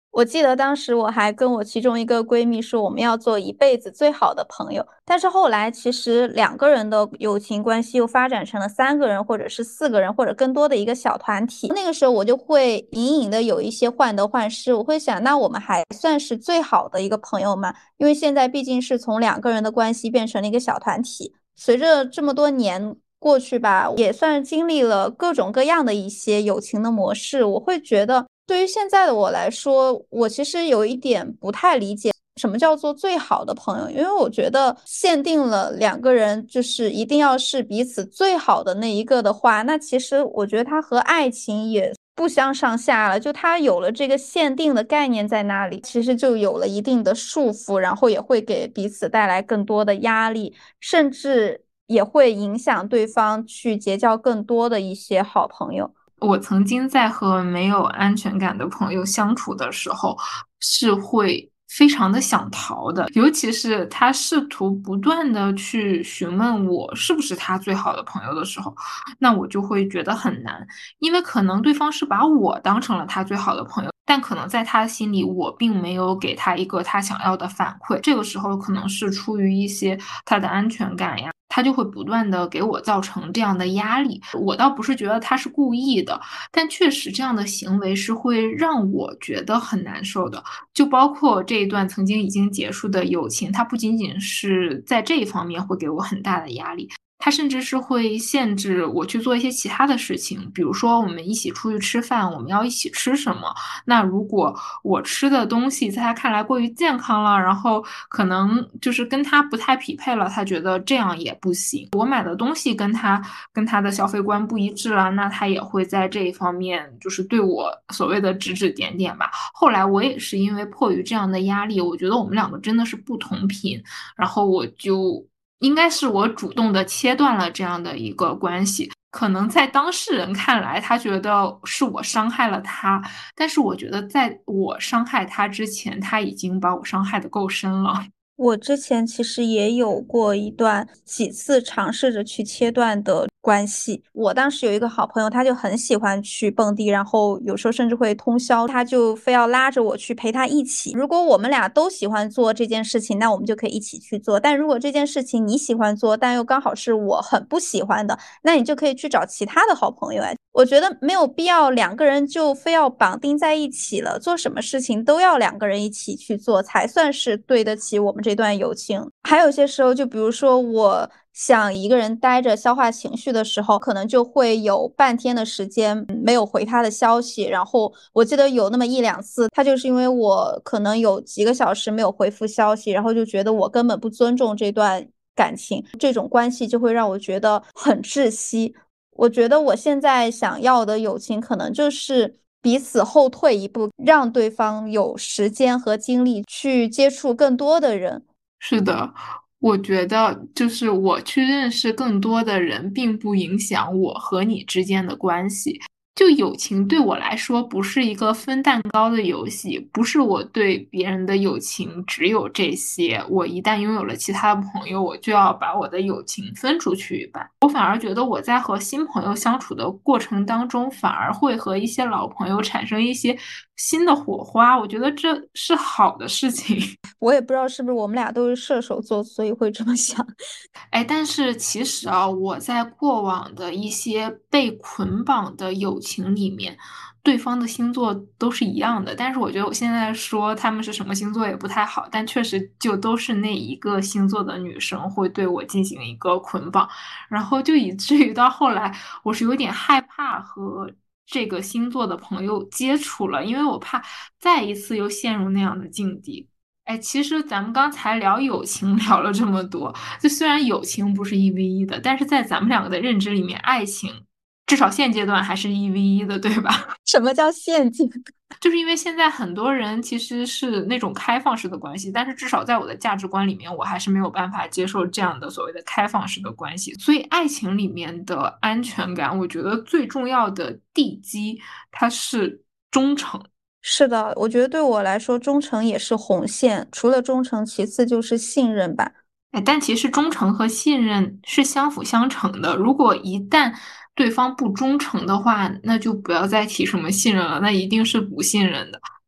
[SPEAKER 2] 我记得当时我还跟我其中一个闺蜜说我们要做一辈子最好的朋友，但是后来其实两个人的友情关系又发展成了三个人或者是四个人或者更多的一个小团体。那个时候我就会隐隐的有一些患得患失，我会想那我们还算是最好的一个朋友吗？因为现在毕竟是从两个人的关系变成了一个小团体，随着这么多年过去吧，也算经历了各种各样的一些友情的模式，我会觉得对于现在的我来说，我其实有一点不太理解什么叫做最好的朋友，因为我觉得限定了两个人就是一定要是彼此最好的那一个的话，那其实我觉得它和爱情也不相上下了，就它有了这个限定的概念在那里，其实就有了一定的束缚，然后也会给彼此带来更多的压力，甚至也会影响对方去结交更多的一些好朋友。
[SPEAKER 3] 我曾经在和没有安全感的朋友相处的时候，是会非常的想逃的，尤其是他试图不断的去询问我是不是他最好的朋友的时候，那我就会觉得很难，因为可能对方是把我当成了他最好的朋友，但可能在他心里，我并没有给他一个他想要的反馈，这个时候可能是出于一些他的安全感呀。他就会不断的给我造成这样的压力，我倒不是觉得他是故意的，但确实这样的行为是会让我觉得很难受的。就包括这一段曾经已经结束的友情，它不仅仅是在这一方面会给我很大的压力，它甚至是会限制我去做一些其他的事情，比如说我们一起出去吃饭，我们要一起吃什么。那如果我吃的东西在他看来过于健康了，然后可能就是跟他不太匹配了，他觉得这样也不行。我买的东西跟他跟他的消费观不一致了，那他也会在这一方面就是对我所谓的指指点点吧。后来我也是因为迫于这样的压力，我觉得我们两个真的是不同频，然后我就应该是我主动的切断了这样的一个关系。可能在当事人看来，他觉得是我伤害了他，但是我觉得在我伤害他之前，他已经把我伤害的够深了。
[SPEAKER 2] 我之前其实也有过一段几次尝试着去切断的关系。我当时有一个好朋友，他就很喜欢去蹦迪，然后有时候甚至会通宵，他就非要拉着我去陪他一起。如果我们俩都喜欢做这件事情，那我们就可以一起去做。但如果这件事情你喜欢做，但又刚好是我很不喜欢的，那你就可以去找其他的好朋友。哎，我觉得没有必要两个人就非要绑定在一起了，做什么事情都要两个人一起去做，才算是对得起我们这段友情。还有些时候，就比如说我想一个人待着消化情绪的时候，可能就会有半天的时间没有回他的消息。然后我记得有那么一两次，他就是因为我可能有几个小时没有回复消息，然后就觉得我根本不尊重这段感情，这种关系就会让我觉得很窒息。我觉得我现在想要的友情，可能就是彼此后退一步，让对方有时间和精力去接触更多的人。
[SPEAKER 3] 是的，我觉得就是我去认识更多的人，并不影响我和你之间的关系。就友情对我来说不是一个分蛋糕的游戏，不是我对别人的友情只有这些，我一旦拥有了其他的朋友，我就要把我的友情分出去一半。我反而觉得我在和新朋友相处的过程当中，反而会和一些老朋友产生一些新的火花，我觉得这是好的事情。
[SPEAKER 2] 我也不知道是不是我们俩都是射手座，所以会这么想。
[SPEAKER 3] 哎，但是其实啊，我在过往的一些被捆绑的友情里面，对方的星座都是一样的。但是我觉得我现在说他们是什么星座也不太好，但确实就都是那一个星座的女生会对我进行一个捆绑，然后就以至于到后来，我是有点害怕和这个星座的朋友接触了，因为我怕再一次又陷入那样的境地。哎，其实咱们刚才聊友情聊了这么多，就虽然友情不是一 v 一的，但是在咱们两个的认知里面，爱情至少现阶段还是一 v 一的，对吧？
[SPEAKER 2] 什么叫陷阱？
[SPEAKER 3] 就是因为现在很多人其实是那种开放式的关系，但是至少在我的价值观里面，我还是没有办法接受这样的所谓的开放式的关系。所以爱情里面的安全感，我觉得最重要的地基，它是忠诚。
[SPEAKER 2] 是的，我觉得对我来说，忠诚也是红线。除了忠诚，其次就是信任吧。
[SPEAKER 3] 哎，但其实忠诚和信任是相辅相成的。如果一旦对方不忠诚的话，那就不要再提什么信任了，那一定是不信任的。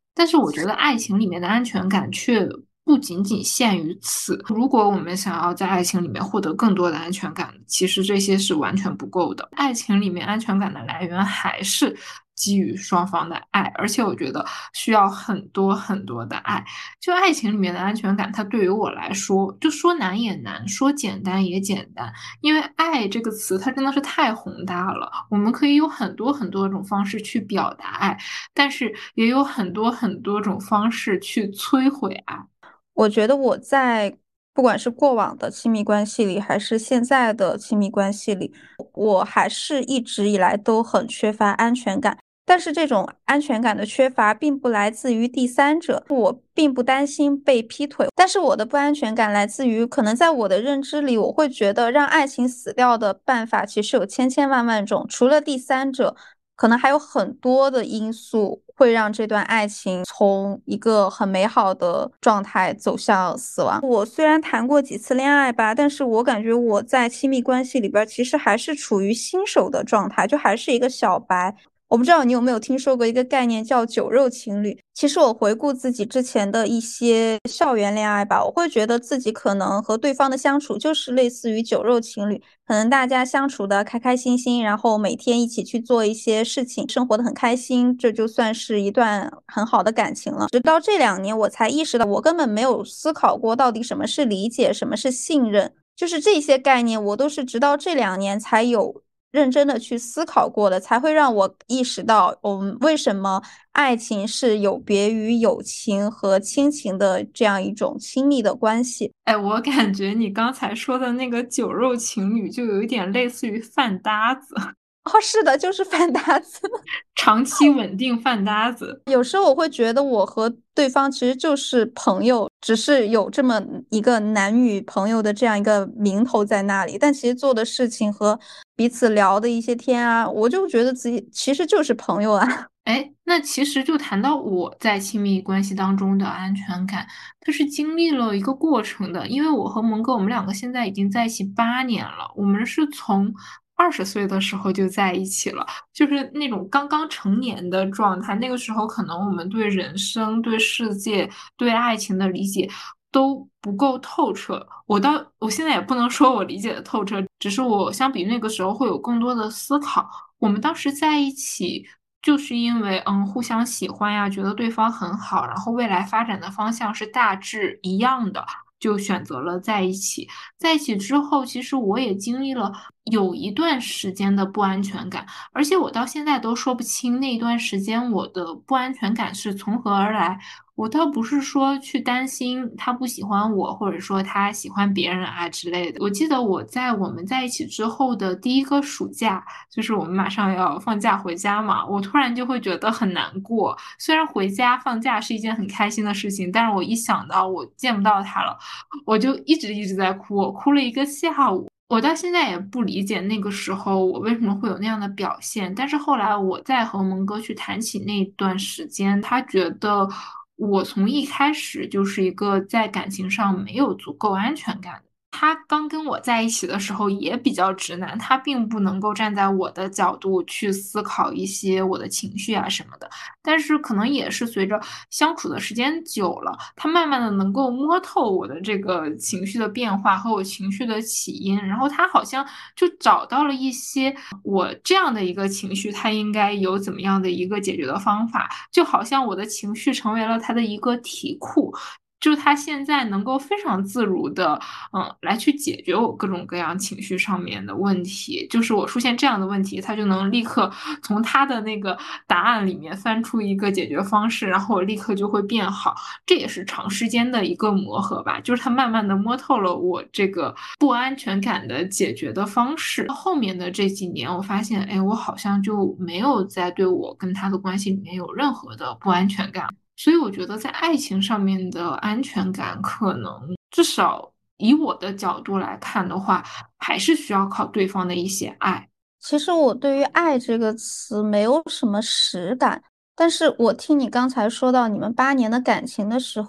[SPEAKER 3] 但是我觉得爱情里面的安全感却不仅仅限于此。如果我们想要在爱情里面获得更多的安全感，其实这些是完全不够的。爱情里面安全感的来源还是基于双方的爱，而且我觉得需要很多很多的爱。就爱情里面的安全感，它对于我来说，就说难也难，说简单也简单。因为爱这个词，它真的是太宏大了，我们可以有很多很多种方式去表达爱，但是也有很多很多种方式去摧毁爱。
[SPEAKER 2] 我觉得我在不管是过往的亲密关系里，还是现在的亲密关系里，我还是一直以来都很缺乏安全感。但是这种安全感的缺乏并不来自于第三者，我并不担心被劈腿，但是我的不安全感来自于可能在我的认知里，我会觉得让爱情死掉的办法其实有千千万万种，除了第三者，可能还有很多的因素会让这段爱情从一个很美好的状态走向死亡。我虽然谈过几次恋爱吧，但是我感觉我在亲密关系里边其实还是处于新手的状态，就还是一个小白。我不知道你有没有听说过一个概念叫酒肉情侣。其实我回顾自己之前的一些校园恋爱吧，我会觉得自己可能和对方的相处就是类似于酒肉情侣，可能大家相处的开开心心，然后每天一起去做一些事情，生活的很开心，这就算是一段很好的感情了。直到这两年我才意识到，我根本没有思考过到底什么是理解，什么是信任，就是这些概念我都是直到这两年才有认真的去思考过的，才会让我意识到我们为什么爱情是有别于友情和亲情的这样一种亲密的关系。
[SPEAKER 3] 哎，我感觉你刚才说的那个酒肉情侣，就有一点类似于饭搭子。
[SPEAKER 2] 哦，是的，就是饭搭子。
[SPEAKER 3] 长期稳定饭搭子。
[SPEAKER 2] 有时候我会觉得我和对方其实就是朋友，只是有这么一个男女朋友的这样一个名头在那里，但其实做的事情和彼此聊的一些天啊，我就觉得自己其实就是朋友啊。
[SPEAKER 3] 哎，那其实就谈到我在亲密关系当中的安全感，它是经历了一个过程的。因为我和蒙哥，我们两个现在已经在一起八年了，我们是从二十岁的时候就在一起了，就是那种刚刚成年的状态。那个时候，可能我们对人生、对世界、对爱情的理解都不够透彻。我到我现在也不能说我理解的透彻，只是我相比那个时候会有更多的思考。我们当时在一起。就是因为嗯互相喜欢呀，觉得对方很好，然后未来发展的方向是大致一样的，就选择了在一起。在一起之后，其实我也经历了有一段时间的不安全感，而且我到现在都说不清那段时间我的不安全感是从何而来。我倒不是说去担心他不喜欢我，或者说他喜欢别人啊之类的。我记得我在我们在一起之后的第一个暑假，就是我们马上要放假回家嘛，我突然就会觉得很难过。虽然回家放假是一件很开心的事情，但是我一想到我见不到他了，我就一直一直在哭，我哭了一个下午。我到现在也不理解那个时候我为什么会有那样的表现，但是后来我在和蒙哥去谈起那段时间，他觉得我从一开始就是一个在感情上没有足够安全感的。他刚跟我在一起的时候也比较直男，他并不能够站在我的角度去思考一些我的情绪啊什么的。但是可能也是随着相处的时间久了，他慢慢的能够摸透我的这个情绪的变化和我情绪的起因，然后他好像就找到了一些我这样的一个情绪，他应该有怎么样的一个解决的方法，就好像我的情绪成为了他的一个题库。就他现在能够非常自如的，嗯，来去解决我各种各样情绪上面的问题。就是我出现这样的问题，他就能立刻从他的那个答案里面翻出一个解决方式，然后我立刻就会变好。这也是长时间的一个磨合吧，就是他慢慢的摸透了我这个不安全感的解决的方式。后面的这几年，我发现，哎，我好像就没有再对我跟他的关系里面有任何的不安全感。所以我觉得在爱情上面的安全感，可能至少以我的角度来看的话，还是需要靠对方的一些爱。
[SPEAKER 2] 其实我对于爱这个词没有什么实感，但是我听你刚才说到你们八年的感情的时候，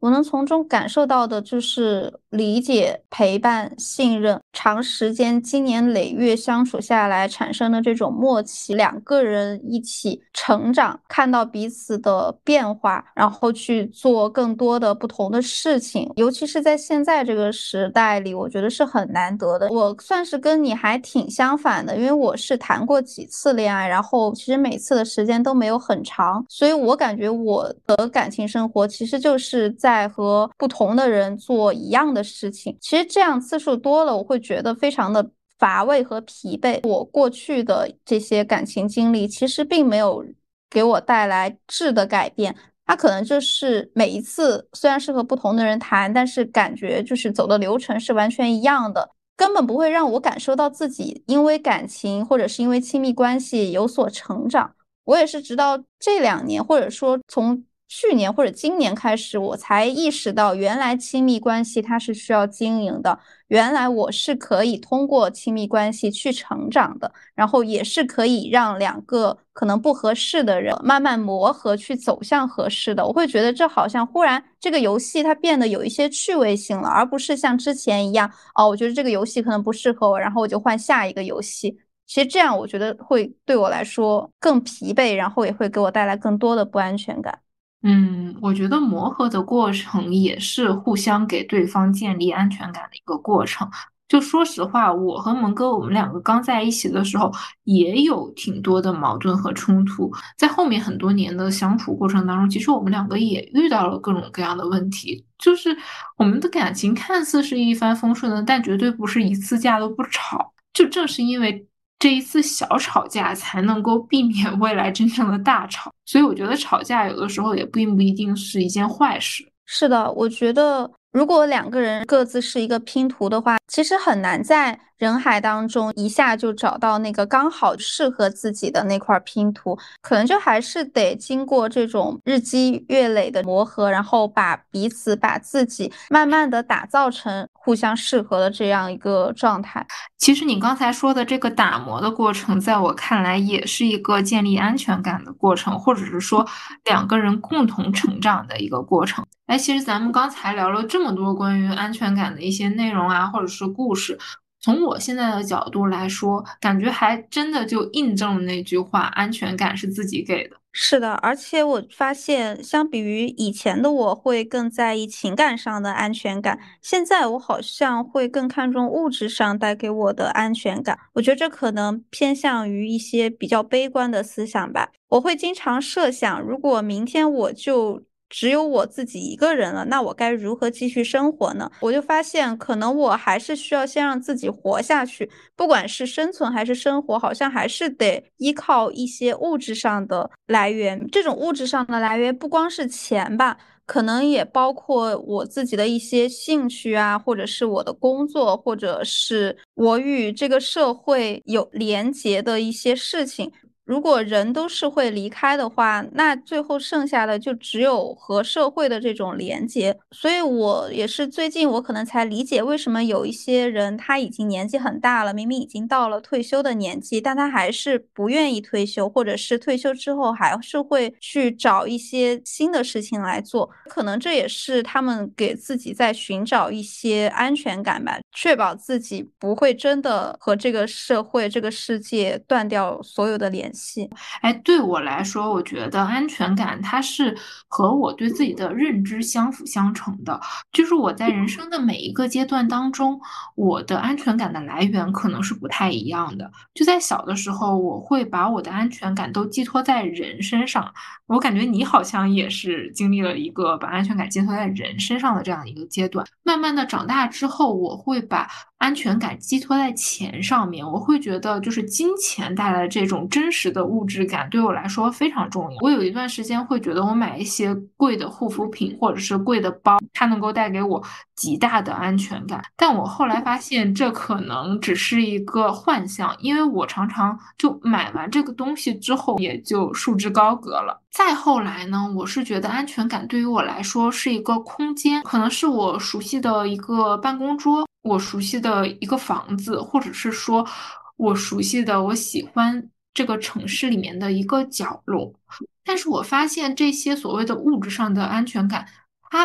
[SPEAKER 2] 我能从中感受到的就是理解、陪伴、信任，长时间经年累月相处下来产生的这种默契，两个人一起成长，看到彼此的变化，然后去做更多的不同的事情，尤其是在现在这个时代里，我觉得是很难得的。我算是跟你还挺相反的，因为我是谈过几次恋爱，然后其实每次的时间都没有很长，所以我感觉我的感情生活其实就是在和不同的人做一样的事情。其实这样次数多了，我会觉得非常的乏味和疲惫。我过去的这些感情经历其实并没有给我带来质的改变，它可能就是每一次虽然是和不同的人谈，但是感觉就是走的流程是完全一样的，根本不会让我感受到自己因为感情或者是因为亲密关系有所成长。我也是直到这两年，或者说从去年或者今年开始，我才意识到原来亲密关系它是需要经营的，原来我是可以通过亲密关系去成长的，然后也是可以让两个可能不合适的人慢慢磨合去走向合适的。我会觉得这好像忽然这个游戏它变得有一些趣味性了，而不是像之前一样，哦，我觉得这个游戏可能不适合我，然后我就换下一个游戏。其实这样我觉得会对我来说更疲惫，然后也会给我带来更多的不安全感。
[SPEAKER 3] 嗯，我觉得磨合的过程也是互相给对方建立安全感的一个过程。就说实话，我和蒙哥我们两个刚在一起的时候，也有挺多的矛盾和冲突。在后面很多年的相处过程当中，其实我们两个也遇到了各种各样的问题。就是我们的感情看似是一帆风顺的，但绝对不是一次架都不吵。就正是因为这一次小吵架，才能够避免未来真正的大吵。所以我觉得吵架有的时候也并不一定是一件坏事。
[SPEAKER 2] 是的，我觉得如果两个人各自是一个拼图的话，其实很难在人海当中一下就找到那个刚好适合自己的那块拼图，可能就还是得经过这种日积月累的磨合，然后把彼此把自己慢慢的打造成互相适合的这样一个状态。
[SPEAKER 3] 其实你刚才说的这个打磨的过程，在我看来也是一个建立安全感的过程，或者是说两个人共同成长的一个过程。哎，其实咱们刚才聊了这么多关于安全感的一些内容啊，或者是故事，从我现在的角度来说，感觉还真的就印证了那句话：安全感是自己给的。
[SPEAKER 2] 是的，而且我发现相比于以前的我会更在意情感上的安全感，现在我好像会更看重物质上带给我的安全感。我觉得这可能偏向于一些比较悲观的思想吧。我会经常设想，如果明天我就只有我自己一个人了，那我该如何继续生活呢？我就发现，可能我还是需要先让自己活下去，不管是生存还是生活，好像还是得依靠一些物质上的来源。这种物质上的来源不光是钱吧，可能也包括我自己的一些兴趣啊，或者是我的工作，或者是我与这个社会有连结的一些事情。如果人都是会离开的话，那最后剩下的就只有和社会的这种连接。所以我也是最近我可能才理解为什么有一些人他已经年纪很大了，明明已经到了退休的年纪，但他还是不愿意退休，或者是退休之后还是会去找一些新的事情来做。可能这也是他们给自己在寻找一些安全感吧，确保自己不会真的和这个社会、这个世界断掉所有的联系。
[SPEAKER 3] 哎，对我来说，我觉得安全感它是和我对自己的认知相辅相成的。就是我在人生的每一个阶段当中，我的安全感的来源可能是不太一样的。就在小的时候，我会把我的安全感都寄托在人身上。我感觉你好像也是经历了一个把安全感寄托在人身上的这样一个阶段。慢慢的长大之后，我会把安全感寄托在钱上面。我会觉得，就是金钱带来的这种真实的物质感对我来说非常重要。我有一段时间会觉得，我买一些贵的护肤品或者是贵的包，它能够带给我极大的安全感。但我后来发现，这可能只是一个幻象，因为我常常就买完这个东西之后，也就束之高阁了。再后来呢，我是觉得安全感对于我来说是一个空间，可能是我熟悉的一个办公桌，我熟悉的一个房子，或者是说我熟悉的我喜欢这个城市里面的一个角落。但是我发现这些所谓的物质上的安全感，它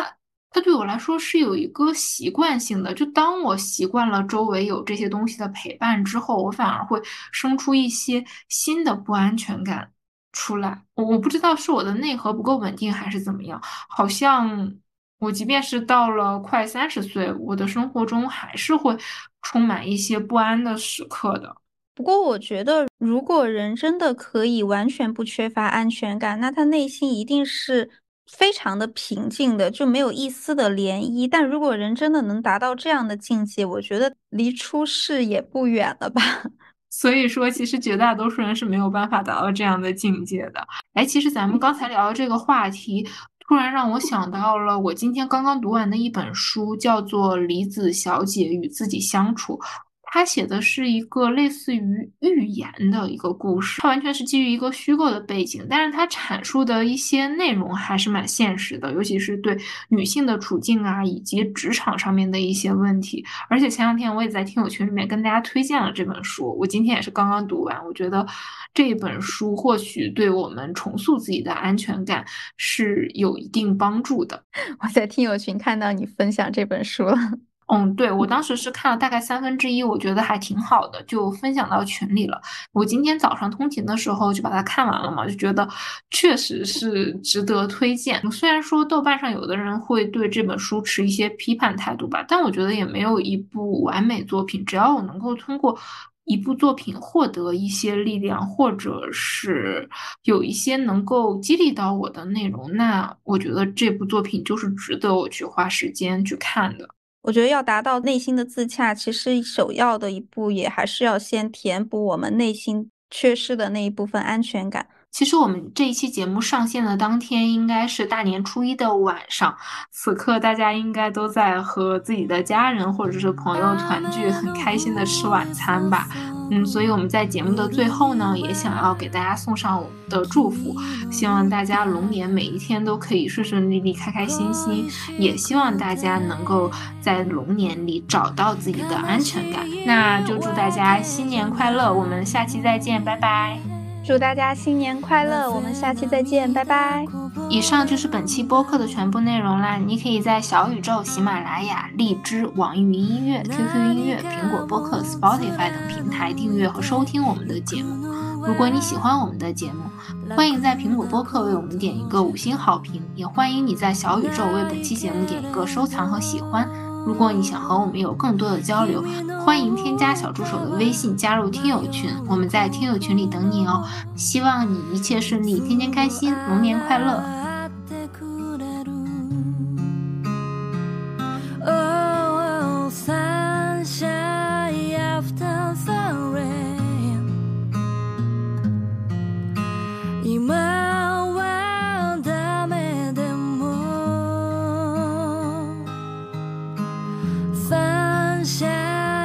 [SPEAKER 3] 它对我来说是有一个习惯性的，就当我习惯了周围有这些东西的陪伴之后，我反而会生出一些新的不安全感出来。我我不知道是我的内核不够稳定还是怎么样，好像我即便是到了快三十岁，我的生活中还是会充满一些不安的时刻的。
[SPEAKER 2] 不过我觉得，如果人真的可以完全不缺乏安全感，那他内心一定是非常的平静的，就没有一丝的涟漪。但如果人真的能达到这样的境界，我觉得离出世也不远了吧。
[SPEAKER 3] 所以说，其实绝大多数人是没有办法达到这样的境界的。哎，其实咱们刚才聊的这个话题，突然让我想到了我今天刚刚读完的一本书，叫做《梨子小姐与自己相处》。它写的是一个类似于寓言的一个故事，它完全是基于一个虚构的背景，但是它阐述的一些内容还是蛮现实的，尤其是对女性的处境啊，以及职场上面的一些问题。而且前两天我也在听友群里面跟大家推荐了这本书，我今天也是刚刚读完，我觉得这本书或许对我们重塑自己的安全感是有一定帮助的。
[SPEAKER 2] 我在听友群看到你分享这本书了。
[SPEAKER 3] 嗯，对，我当时是看了大概三分之一，我觉得还挺好的，就分享到群里了。我今天早上通勤的时候就把它看完了嘛，就觉得确实是值得推荐。虽然说豆瓣上有的人会对这本书持一些批判态度吧，但我觉得也没有一部完美作品，只要我能够通过一部作品获得一些力量，或者是有一些能够激励到我的内容，那我觉得这部作品就是值得我去花时间去看的。
[SPEAKER 2] 我觉得要达到内心的自洽，其实首要的一步也还是要先填补我们内心缺失的那一部分安全感。
[SPEAKER 3] 其实我们这一期节目上线的当天应该是大年初一的晚上，此刻大家应该都在和自己的家人或者是朋友团聚，很开心的吃晚餐吧。嗯，所以我们在节目的最后呢，也想要给大家送上我们的祝福，希望大家龙年每一天都可以顺顺利利、开开心心，也希望大家能够在龙年里找到自己的安全感。那就祝大家新年快乐，我们下期再见，拜拜。
[SPEAKER 2] 祝大家新年快乐，我们下期再见，拜拜。
[SPEAKER 3] 以上就是本期播客的全部内容啦，你可以在小宇宙、喜马拉雅、荔枝、网易云音乐、Q Q 音乐、苹果播客、Spotify 等平台订阅和收听我们的节目。如果你喜欢我们的节目，欢迎在苹果播客为我们点一个五星好评，也欢迎你在小宇宙为本期节目点一个收藏和喜欢。如果你想和我们有更多的交流，欢迎添加小助手的微信加入听友群，我们在听友群里等你哦。希望你一切顺利，天天开心，龙年快乐。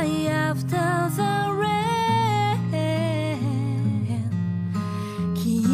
[SPEAKER 4] 消